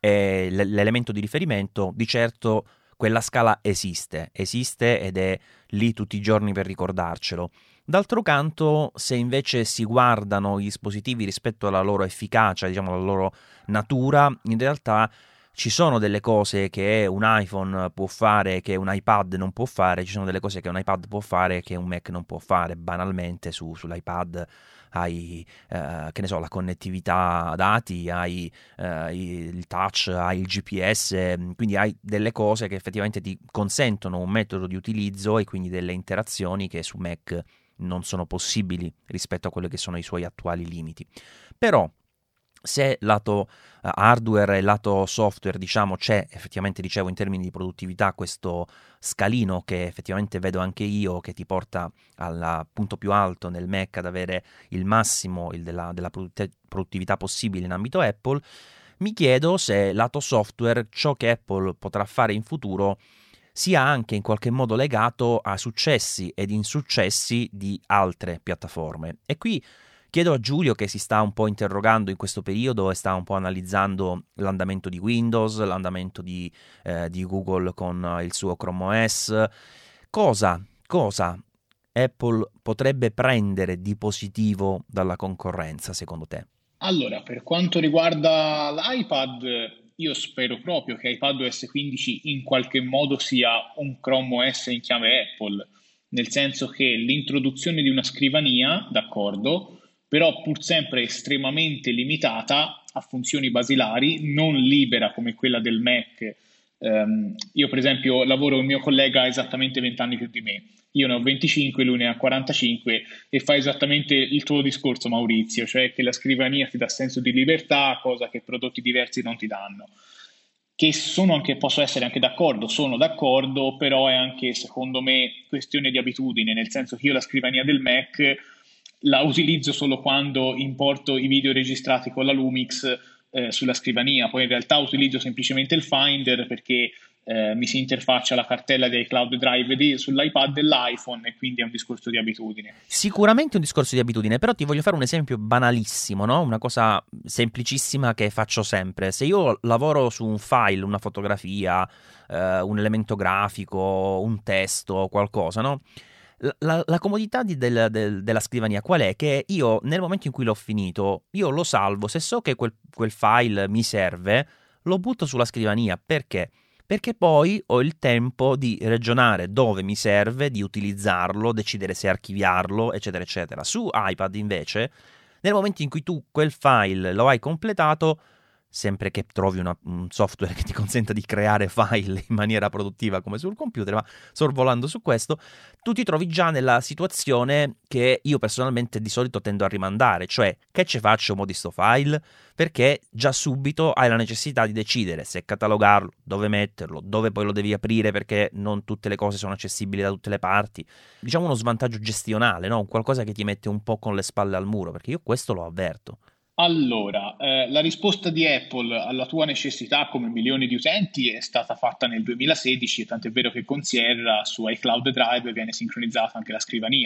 è l- l'elemento di riferimento, di certo quella scala esiste, esiste ed è lì tutti i giorni per ricordarcelo. D'altro canto, se invece si guardano i dispositivi rispetto alla loro efficacia, diciamo alla loro natura, in realtà ci sono delle cose che un iPhone può fare che un iPad non può fare, ci sono delle cose che un iPad può fare che un Mac non può fare. Banalmente su, sull'iPad hai eh, che ne so, la connettività dati, hai eh, il touch, hai il G P S, quindi hai delle cose che effettivamente ti consentono un metodo di utilizzo e quindi delle interazioni che su Mac non sono possibili rispetto a quelli che sono i suoi attuali limiti. Però se lato uh, hardware e lato software, diciamo, c'è effettivamente, dicevo, in termini di produttività questo scalino che effettivamente vedo anche io, che ti porta al punto più alto nel Mac ad avere il massimo il della, della produttività possibile in ambito Apple, mi chiedo se lato software ciò che Apple potrà fare in futuro sia anche in qualche modo legato a successi ed insuccessi di altre piattaforme. E qui chiedo a Giulio, che si sta un po' interrogando in questo periodo e sta un po' analizzando l'andamento di Windows, l'andamento di, eh, di Google con il suo Chrome O S, cosa, cosa Apple potrebbe prendere di positivo dalla concorrenza secondo te? Allora, per quanto riguarda l'iPad, io spero proprio che iPadOS quindici in qualche modo sia un Chrome O S in chiave Apple, nel senso che l'introduzione di una scrivania, d'accordo, però pur sempre estremamente limitata a funzioni basilari, non libera come quella del Mac. Um, io per esempio lavoro, il mio collega ha esattamente venti anni più di me, io ne ho venticinque, lui ne ha quarantacinque, e fa esattamente il tuo discorso, Maurizio, cioè che la scrivania ti dà senso di libertà, cosa che prodotti diversi non ti danno. Che sono anche, posso essere anche d'accordo, sono d'accordo, però è anche secondo me questione di abitudine, nel senso che io la scrivania del Mac la utilizzo solo quando importo i video registrati con la Lumix eh, sulla scrivania, poi in realtà utilizzo semplicemente il Finder perché eh, mi si interfaccia la cartella dei cloud drive di, sull'iPad dell'iPhone, e quindi è un discorso di abitudine. Sicuramente un discorso di abitudine, però ti voglio fare un esempio banalissimo, no? Una cosa semplicissima che faccio sempre. Se io lavoro su un file, una fotografia, eh, un elemento grafico, un testo, qualcosa, no? La, la comodità di, del, del, della scrivania qual è? Che io nel momento in cui l'ho finito, io lo salvo, se so che quel, quel file mi serve, lo butto sulla scrivania. Perché? perché poi ho il tempo di ragionare dove mi serve, di utilizzarlo, decidere se archiviarlo, eccetera, eccetera. Su iPad, invece, nel momento in cui tu quel file lo hai completato, sempre che trovi una, un software che ti consenta di creare file in maniera produttiva come sul computer, ma sorvolando su questo, tu ti trovi già nella situazione che io personalmente di solito tendo a rimandare, cioè che ci faccio mo di sto file? Perché già subito hai la necessità di decidere se catalogarlo, dove metterlo, dove poi lo devi aprire perché non tutte le cose sono accessibili da tutte le parti. Diciamo uno svantaggio gestionale, no? Qualcosa che ti mette un po' con le spalle al muro, perché io questo lo avverto. Allora, eh, la risposta di Apple alla tua necessità come milioni di utenti è stata fatta nel duemilasedici, tant'è vero che con Sierra su iCloud Drive viene sincronizzata anche la scrivania.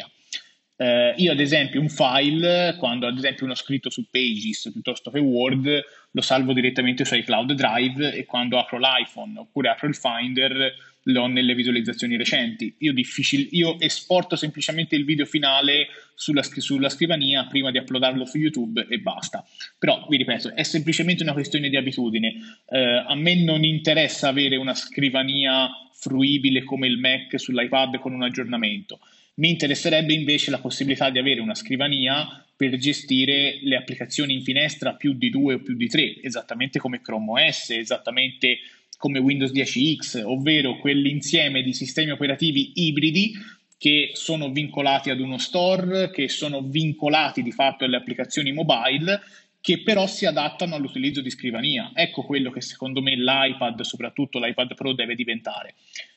Eh, io ad esempio un file, quando ad esempio uno scritto su Pages piuttosto che Word, lo salvo direttamente su iCloud Drive e quando apro l'iPhone oppure apro il Finder l'ho nelle visualizzazioni recenti. Io, difficil- io esporto semplicemente il video finale sulla, sulla scrivania prima di uploadarlo su YouTube e basta. Però, vi ripeto, è semplicemente una questione di abitudine. Eh, a me non interessa avere una scrivania fruibile come il Mac sull'iPad con un aggiornamento. Mi interesserebbe invece la possibilità di avere una scrivania per gestire le applicazioni in finestra più di due o più di tre, esattamente come Chrome O S, esattamente come Windows dieci X, ovvero quell'insieme di sistemi operativi ibridi che sono vincolati ad uno store, che sono vincolati di fatto alle applicazioni mobile, che però si adattano all'utilizzo di scrivania. Ecco quello che secondo me l'iPad, soprattutto l'iPad Pro, deve diventare.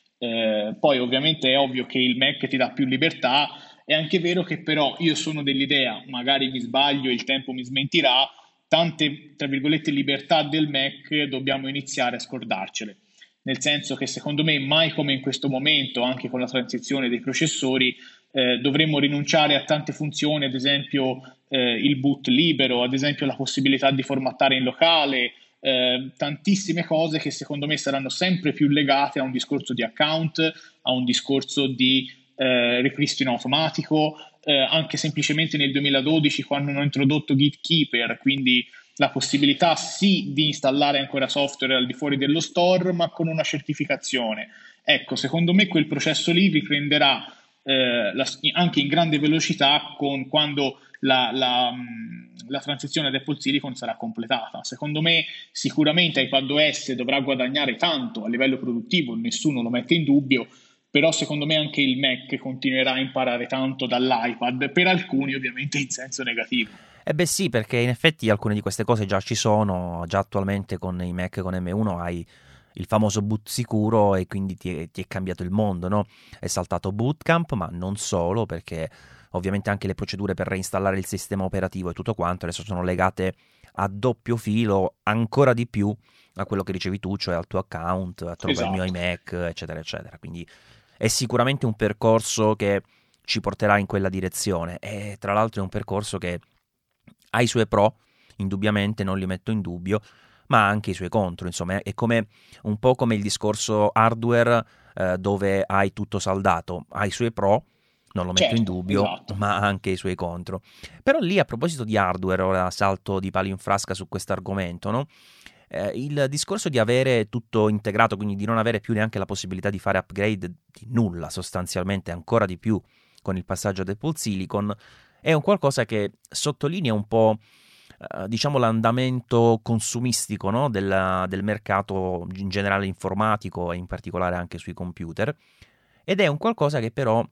Eh, poi ovviamente è ovvio che il Mac ti dà più libertà, è anche vero che però io sono dell'idea, magari mi sbaglio, il tempo mi smentirà, tante, tra virgolette, libertà del Mac dobbiamo iniziare a scordarcele, nel senso che secondo me mai come in questo momento, anche con la transizione dei processori, eh, dovremmo rinunciare a tante funzioni, ad esempio eh, il boot libero, ad esempio la possibilità di formattare in locale, eh, tantissime cose che secondo me saranno sempre più legate a un discorso di account, a un discorso di eh, ripristino automatico, eh, anche semplicemente nel duemiladodici quando hanno introdotto Gitkeeper, quindi la possibilità sì di installare ancora software al di fuori dello store, ma con una certificazione. Ecco, secondo me quel processo lì riprenderà eh, la, anche in grande velocità con quando la, la, la transizione ad Apple Silicon sarà completata. Secondo me sicuramente iPadOS dovrà guadagnare tanto a livello produttivo, nessuno lo mette in dubbio, però secondo me anche il Mac continuerà a imparare tanto dall'iPad, per alcuni ovviamente in senso negativo. Eh beh sì, perché in effetti alcune di queste cose già ci sono, già attualmente con i Mac con M uno hai il famoso boot sicuro e quindi ti è, ti è cambiato il mondo, no? È saltato Bootcamp, ma non solo, perché ovviamente anche le procedure per reinstallare il sistema operativo e tutto quanto adesso sono legate a doppio filo ancora di più a quello che dicevi tu, cioè al tuo account, a trovare Esatto. il mio iMac, eccetera, eccetera. Quindi è sicuramente un percorso che ci porterà in quella direzione e tra l'altro è un percorso che ha i suoi pro, indubbiamente, non li metto in dubbio, ma ha anche i suoi contro, insomma, è come un po' come il discorso hardware eh, dove hai tutto saldato, ha i suoi pro, non lo metto certo, in dubbio, esatto. ma ha anche i suoi contro. Però lì a proposito di hardware, ora salto di palo in frasca su questo argomento, no? Eh, il discorso di avere tutto integrato, quindi di non avere più neanche la possibilità di fare upgrade di nulla sostanzialmente, ancora di più con il passaggio ad Apple Silicon, è un qualcosa che sottolinea un po' eh, diciamo l'andamento consumistico, no? del, del mercato in generale informatico e in particolare anche sui computer, ed è un qualcosa che però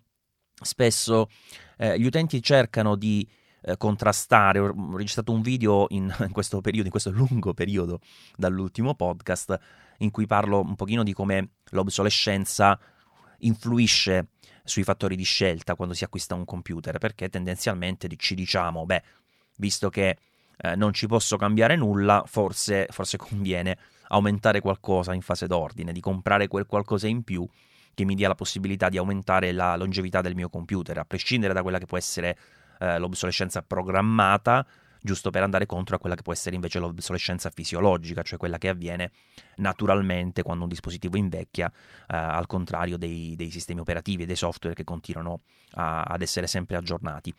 spesso eh, gli utenti cercano di eh, contrastare. Ho registrato un video in, in questo periodo, in questo lungo periodo dall'ultimo podcast, in cui parlo un pochino di come l'obsolescenza influisce sui fattori di scelta quando si acquista un computer, perché tendenzialmente ci diciamo, beh, visto che eh, non ci posso cambiare nulla, forse, forse conviene aumentare qualcosa in fase d'ordine, di comprare quel qualcosa in più che mi dia la possibilità di aumentare la longevità del mio computer, a prescindere da quella che può essere eh, l'obsolescenza programmata, giusto per andare contro a quella che può essere invece l'obsolescenza fisiologica, cioè quella che avviene naturalmente quando un dispositivo invecchia, eh, al contrario dei, dei sistemi operativi e dei software che continuano a, ad essere sempre aggiornati.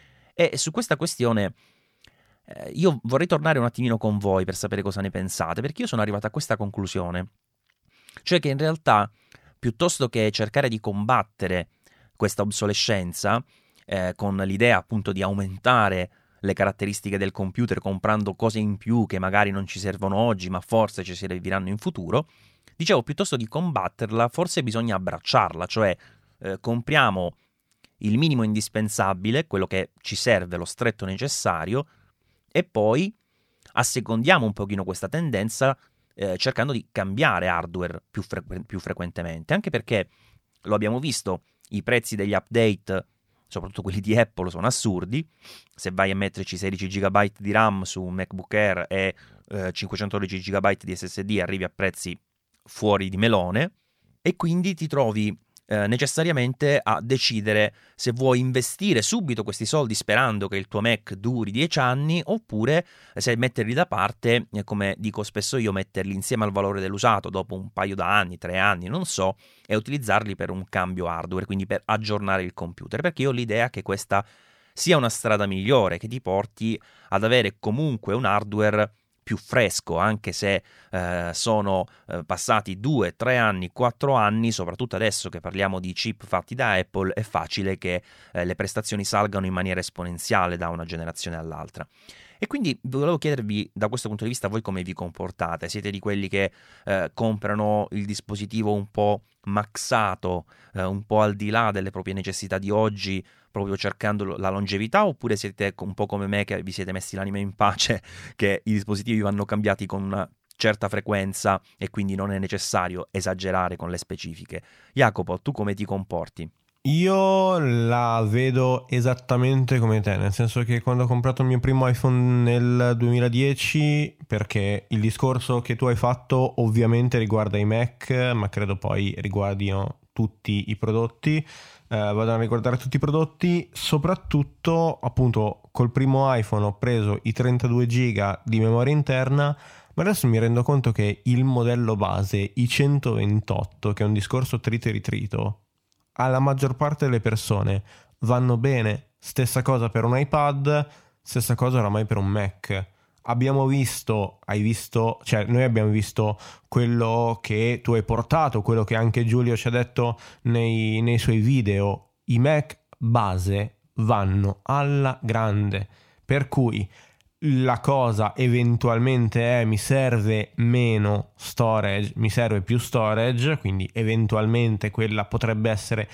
E su questa questione eh, io vorrei tornare un attimino con voi per sapere cosa ne pensate, perché io sono arrivato a questa conclusione. Cioè che in realtà, piuttosto che cercare di combattere questa obsolescenza eh, con l'idea appunto di aumentare le caratteristiche del computer comprando cose in più che magari non ci servono oggi ma forse ci serviranno in futuro, dicevo, piuttosto di combatterla forse bisogna abbracciarla, cioè eh, compriamo il minimo indispensabile, quello che ci serve, lo stretto necessario, e poi assecondiamo un pochino questa tendenza eh, cercando di cambiare hardware più, frequ- più frequentemente, anche perché lo abbiamo visto, i prezzi degli update, soprattutto quelli di Apple, sono assurdi. Se vai a metterci sedici giga di RAM su un MacBook Air e eh, cinquecentododici giga di S S D, arrivi a prezzi fuori di melone, e quindi ti trovi eh, necessariamente a decidere se vuoi investire subito questi soldi sperando che il tuo Mac duri dieci anni, oppure se metterli da parte, eh, come dico spesso io, metterli insieme al valore dell'usato dopo un paio d'anni, tre anni, non so, e utilizzarli per un cambio hardware, quindi per aggiornare il computer, perché io ho l'idea che questa sia una strada migliore, che ti porti ad avere comunque un hardware più fresco, anche se eh, sono eh, passati due, tre anni, quattro anni, soprattutto adesso che parliamo di chip fatti da Apple, è facile che eh, le prestazioni salgano in maniera esponenziale da una generazione all'altra. E quindi volevo chiedervi, da questo punto di vista, voi come vi comportate? Siete di quelli che eh, comprano il dispositivo un po' maxato, eh, un po' al di là delle proprie necessità di oggi, proprio cercando la longevità, oppure siete un po' come me che vi siete messi l'anima in pace, che i dispositivi vanno cambiati con una certa frequenza e quindi non è necessario esagerare con le specifiche? Jacopo, tu come ti comporti? Io la vedo esattamente come te, nel senso che quando ho comprato il mio primo iPhone nel duemiladieci, perché il discorso che tu hai fatto ovviamente riguarda i Mac, ma credo poi riguardino tutti i prodotti, eh, vado a riguardare tutti i prodotti, soprattutto appunto col primo iPhone ho preso i trentadue giga di memoria interna, ma adesso mi rendo conto che il modello base, i centoventotto, che è un discorso trito e ritrito, alla maggior parte delle persone vanno bene. Stessa cosa per un iPad, stessa cosa oramai per un Mac. Abbiamo visto, hai visto, cioè noi abbiamo visto quello che tu hai portato, quello che anche Giulio ci ha detto nei, nei suoi video. I Mac base vanno alla grande, per cui la cosa eventualmente è: mi serve meno storage, mi serve più storage, quindi eventualmente quella potrebbe essere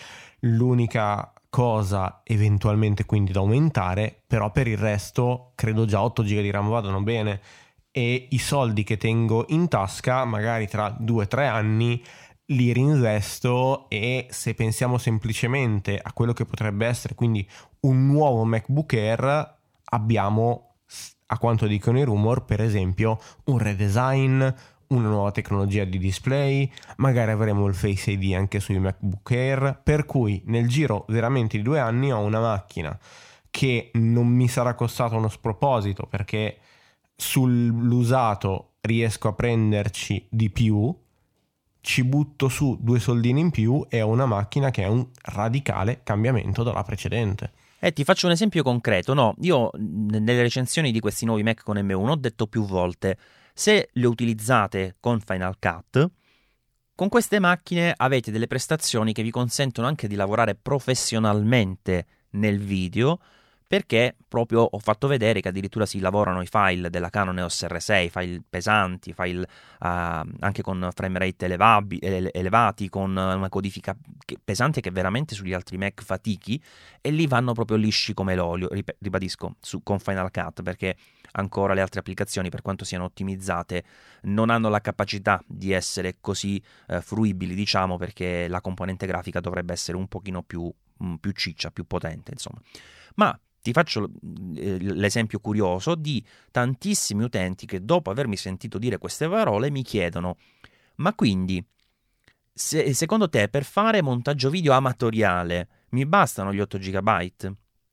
l'unica cosa eventualmente quindi da aumentare, però per il resto credo già otto giga di RAM vadano bene, e i soldi che tengo in tasca magari tra due o tre anni li rinvesto, e se pensiamo semplicemente a quello che potrebbe essere quindi un nuovo MacBook Air, abbiamo, a quanto dicono i rumor, per esempio un redesign, una nuova tecnologia di display, magari avremo il Face I D anche sui MacBook Air, per cui nel giro veramente di due anni ho una macchina che non mi sarà costata uno sproposito, perché sull'usato riesco a prenderci di più, ci butto su due soldini in più e ho una macchina che è un radicale cambiamento dalla precedente. Eh, ti faccio un esempio concreto, no? Io nelle recensioni di questi nuovi Mac con M uno ho detto più volte: se le utilizzate con Final Cut, con queste macchine avete delle prestazioni che vi consentono anche di lavorare professionalmente nel video, perché proprio ho fatto vedere che addirittura si lavorano i file della Canon E O S R sei, file pesanti, file uh, anche con frame rate elevabi, ele- elevati, con una codifica che, pesante, che veramente sugli altri Mac fatichi, e lì vanno proprio lisci come l'olio, rip- ribadisco, su, con Final Cut, perché ancora le altre applicazioni, per quanto siano ottimizzate, non hanno la capacità di essere così eh, fruibili, diciamo, perché la componente grafica dovrebbe essere un pochino più, mh, più ciccia, più potente, insomma. Ma ti faccio eh, l'esempio curioso di tantissimi utenti che, dopo avermi sentito dire queste parole, mi chiedono: ma quindi se, secondo te per fare montaggio video amatoriale mi bastano gli otto giga?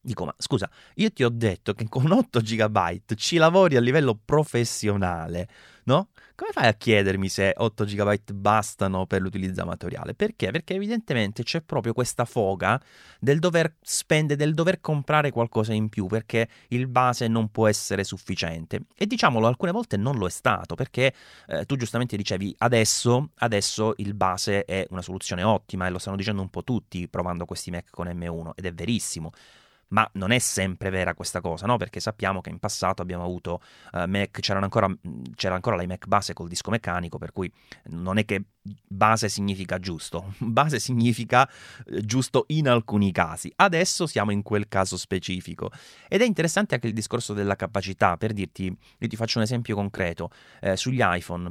Dico, ma scusa, io ti ho detto che con otto giga ci lavori a livello professionale, no? Come fai a chiedermi se otto giga bastano per l'utilizzo amatoriale? Perché? Perché evidentemente c'è proprio questa foga del dover spendere, del dover comprare qualcosa in più, perché il base non può essere sufficiente. E diciamolo, alcune volte non lo è stato, perché eh, tu giustamente dicevi, adesso, adesso il base è una soluzione ottima, e lo stanno dicendo un po' tutti provando questi Mac con M uno, ed è verissimo. Ma non è sempre vera questa cosa, no? Perché sappiamo che in passato abbiamo avuto uh, Mac, c'erano ancora, c'era ancora l'iMac base col disco meccanico, per cui non è che base significa giusto, base significa eh, giusto in alcuni casi. Adesso siamo in quel caso specifico. Ed è interessante anche il discorso della capacità, per dirti, io ti faccio un esempio concreto, eh, sugli iPhone.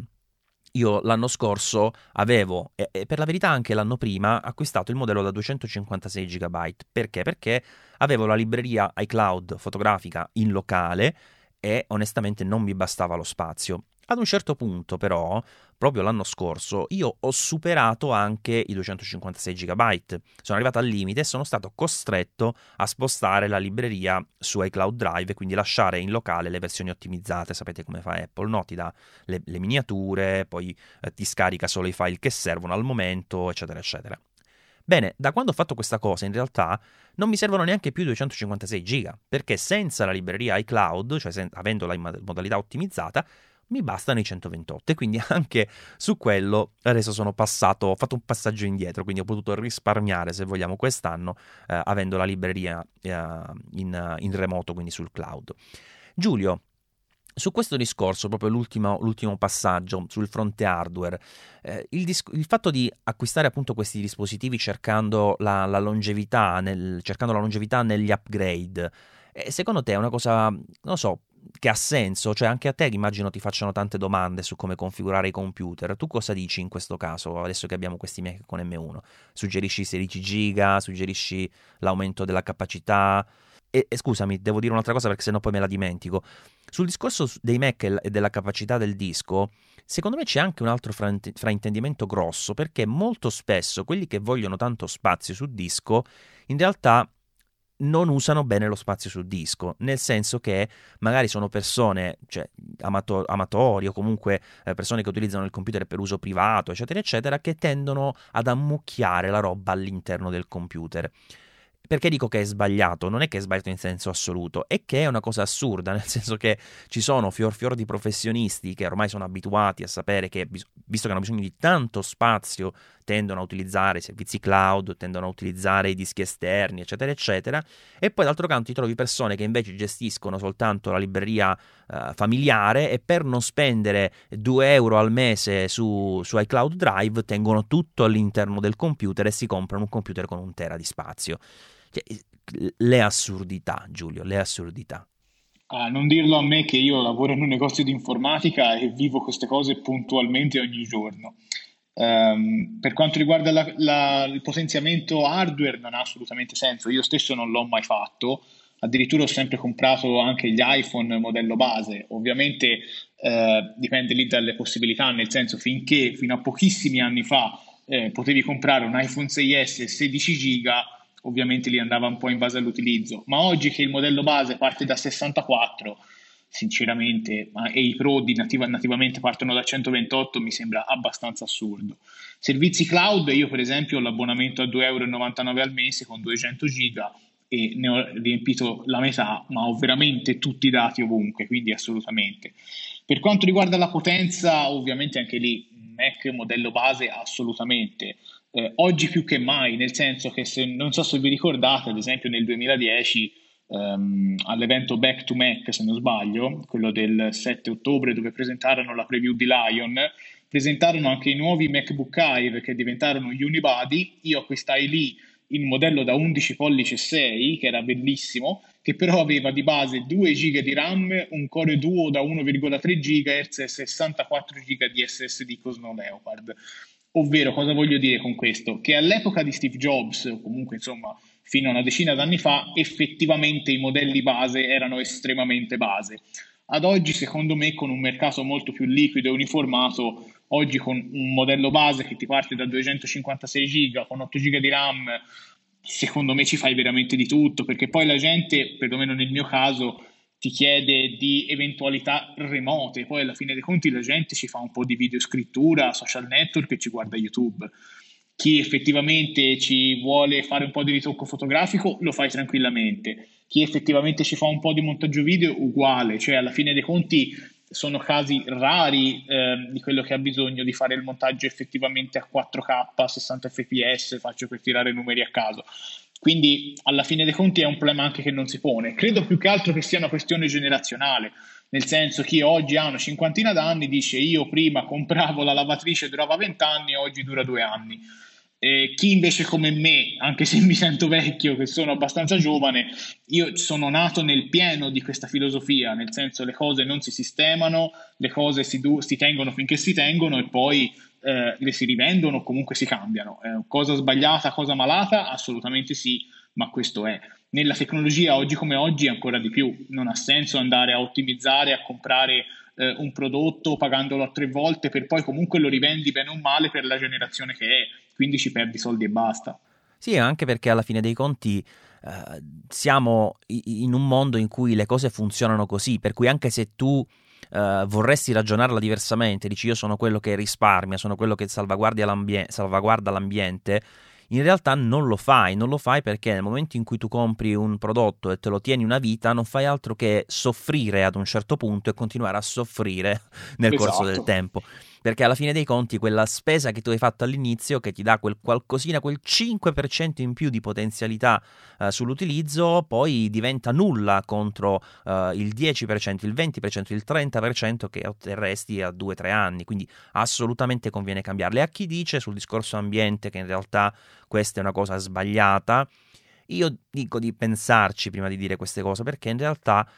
Io l'anno scorso avevo, e, e per la verità anche l'anno prima, acquistato il modello da duecentocinquantasei giga. Perché? Perché avevo la libreria iCloud fotografica in locale e onestamente non mi bastava lo spazio. Ad un certo punto però, proprio l'anno scorso, io ho superato anche i duecentocinquantasei giga. Sono arrivato al limite e sono stato costretto a spostare la libreria su iCloud Drive, quindi lasciare in locale le versioni ottimizzate. Sapete come fa Apple, no? Ti dà le, le miniature, poi eh, ti scarica solo i file che servono al momento, eccetera, eccetera. Bene, da quando ho fatto questa cosa, in realtà non mi servono neanche più duecentocinquantasei giga, perché senza la libreria iCloud, cioè sen- avendola in modalità ottimizzata, mi bastano i centoventotto, e quindi anche su quello adesso sono passato, ho fatto un passaggio indietro, quindi ho potuto risparmiare, se vogliamo, quest'anno eh, avendo la libreria eh, in, in remoto, quindi sul cloud. Giulio, su questo discorso, proprio l'ultimo, l'ultimo passaggio sul fronte hardware, eh, il, dis- il fatto di acquistare appunto questi dispositivi cercando la, la longevità, nel, cercando la longevità negli upgrade, eh, secondo te è una cosa, non lo so, che ha senso? Cioè anche a te immagino ti facciano tante domande su come configurare i computer. Tu cosa dici in questo caso, adesso che abbiamo questi Mac con M uno? Suggerisci sedici giga? Suggerisci l'aumento della capacità? E, e scusami, devo dire un'altra cosa perché sennò poi me la dimentico. Sul discorso dei Mac e della capacità del disco, secondo me c'è anche un altro fraintendimento grosso, perché molto spesso quelli che vogliono tanto spazio sul disco in realtà non usano bene lo spazio sul disco, nel senso che magari sono persone, cioè amato- amatori o comunque eh, persone che utilizzano il computer per uso privato, eccetera, eccetera, che tendono ad ammucchiare la roba all'interno del computer. Perché dico che è sbagliato? Non è che è sbagliato in senso assoluto, è che è una cosa assurda, nel senso che ci sono fior fior di professionisti che ormai sono abituati a sapere che, visto che hanno bisogno di tanto spazio, tendono a utilizzare i servizi cloud, tendono a utilizzare i dischi esterni, eccetera, eccetera, e poi d'altro canto ti trovi persone che invece gestiscono soltanto la libreria uh, familiare e per non spendere due euro al mese su, su iCloud Drive tengono tutto all'interno del computer e si comprano un computer con un tera di spazio. Le assurdità, Giulio, le assurdità. Ah, non dirlo a me che io lavoro in un negozio di informatica e vivo queste cose puntualmente ogni giorno. Ehm, per quanto riguarda la- la- il potenziamento hardware non ha assolutamente senso, io stesso non l'ho mai fatto, addirittura ho sempre comprato anche gli iPhone modello base, ovviamente eh, dipende lì dalle possibilità, nel senso finché fino a pochissimi anni fa eh, potevi comprare un iPhone sei S sedici giga, ovviamente lì andava un po' in base all'utilizzo, ma oggi che il modello base parte da sessantaquattro, sinceramente, ma- e i Pro di nativa- nativamente partono da centoventotto, mi sembra abbastanza assurdo. Servizi cloud, io per esempio ho l'abbonamento a due euro e novantanove al mese con duecento giga e ne ho riempito la metà, ma ho veramente tutti i dati ovunque, quindi assolutamente. Per quanto riguarda la potenza, ovviamente anche lì Mac modello base assolutamente. Eh, oggi più che mai, nel senso che se, non so se vi ricordate, ad esempio nel duemiladieci ehm, all'evento Back to Mac, se non sbaglio, quello del sette ottobre dove presentarono la preview di Lion, presentarono anche i nuovi MacBook Air che diventarono Unibody. Io acquistai lì il modello da undici pollici e sei, che era bellissimo, che però aveva di base due giga di RAM, un Core Duo da uno virgola tre gigahertz e sessantaquattro giga di S S D con Snow Leopard. Ovvero, cosa voglio dire con questo? Che all'epoca di Steve Jobs, o comunque insomma fino a una decina d'anni fa, effettivamente i modelli base erano estremamente base. Ad oggi, secondo me, con un mercato molto più liquido e uniformato, oggi con un modello base che ti parte da duecentocinquantasei giga, con otto giga di RAM, secondo me ci fai veramente di tutto, perché poi la gente, perlomeno nel mio caso, ti chiede di eventualità remote, poi alla fine dei conti la gente ci fa un po' di videoscrittura, social network e ci guarda YouTube. Chi effettivamente ci vuole fare un po' di ritocco fotografico lo fai tranquillamente, chi effettivamente ci fa un po' di montaggio video uguale, cioè alla fine dei conti sono casi rari eh, di quello che ha bisogno di fare il montaggio effettivamente a quattro K, sessanta F P S, faccio per tirare numeri a caso. Quindi alla fine dei conti è un problema anche che non si pone. Credo più che altro che sia una questione generazionale, nel senso chi oggi ha una cinquantina d'anni dice io prima compravo la lavatrice durava venti anni, oggi dura due anni. Eh, chi invece come me, anche se mi sento vecchio, che sono abbastanza giovane, io sono nato nel pieno di questa filosofia, nel senso le cose non si sistemano, le cose si, du- si tengono finché si tengono e poi eh, le si rivendono o comunque si cambiano. Eh, cosa sbagliata, cosa malata? Assolutamente sì, ma questo è. Nella tecnologia oggi come oggi ancora di più, non ha senso andare a ottimizzare, a comprare eh, un prodotto pagandolo a tre volte per poi comunque lo rivendi bene o male per la generazione che è, quindi ci perdi soldi e basta. Sì, anche perché alla fine dei conti eh, siamo in un mondo in cui le cose funzionano così, per cui anche se tu eh, vorresti ragionarla diversamente, dici io sono quello che risparmia, sono quello che salvaguardia l'ambie- salvaguarda l'ambiente, in realtà non lo fai, non lo fai perché nel momento in cui tu compri un prodotto e te lo tieni una vita non fai altro che soffrire ad un certo punto e continuare a soffrire nel Esatto. corso del tempo, perché alla fine dei conti quella spesa che tu hai fatto all'inizio, che ti dà quel qualcosina, quel cinque per cento in più di potenzialità eh, sull'utilizzo, poi diventa nulla contro eh, il dieci per cento, il venti per cento, il trenta per cento che otterresti a due tre anni, quindi assolutamente conviene cambiarle. A chi dice sul discorso ambiente che in realtà questa è una cosa sbagliata, io dico di pensarci prima di dire queste cose, perché in realtà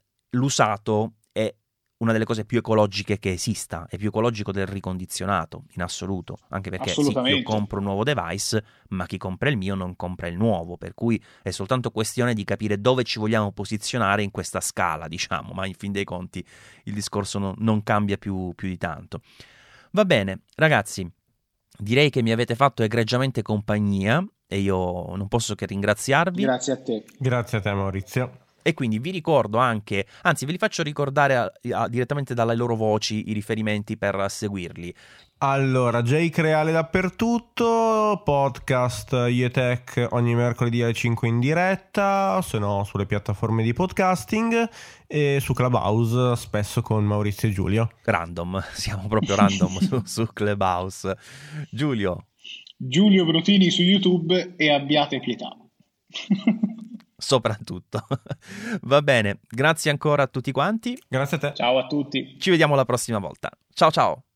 l'usato è una delle cose più ecologiche che esista, è più ecologico del ricondizionato in assoluto, anche perché sì, io compro un nuovo device, ma chi compra il mio non compra il nuovo, per cui è soltanto questione di capire dove ci vogliamo posizionare in questa scala, diciamo, ma in fin dei conti il discorso no, non cambia più, più di tanto. Va bene, ragazzi, direi che mi avete fatto egregiamente compagnia e io non posso che ringraziarvi. Grazie a te. Grazie a te, Maurizio. E quindi vi ricordo anche, anzi ve li faccio ricordare a, a, direttamente dalle loro voci i riferimenti per seguirli. Allora, Jake Reale dappertutto, podcast Ietech ogni mercoledì alle cinque in diretta, se no sulle piattaforme di podcasting, e su Clubhouse spesso con Maurizio e Giulio. Random, siamo proprio random su, su Clubhouse. Giulio. Giulio Brotini su YouTube e abbiate pietà. Soprattutto. Va bene, grazie ancora a tutti quanti. Grazie a te. Ciao a tutti. Ci vediamo la prossima volta. Ciao ciao.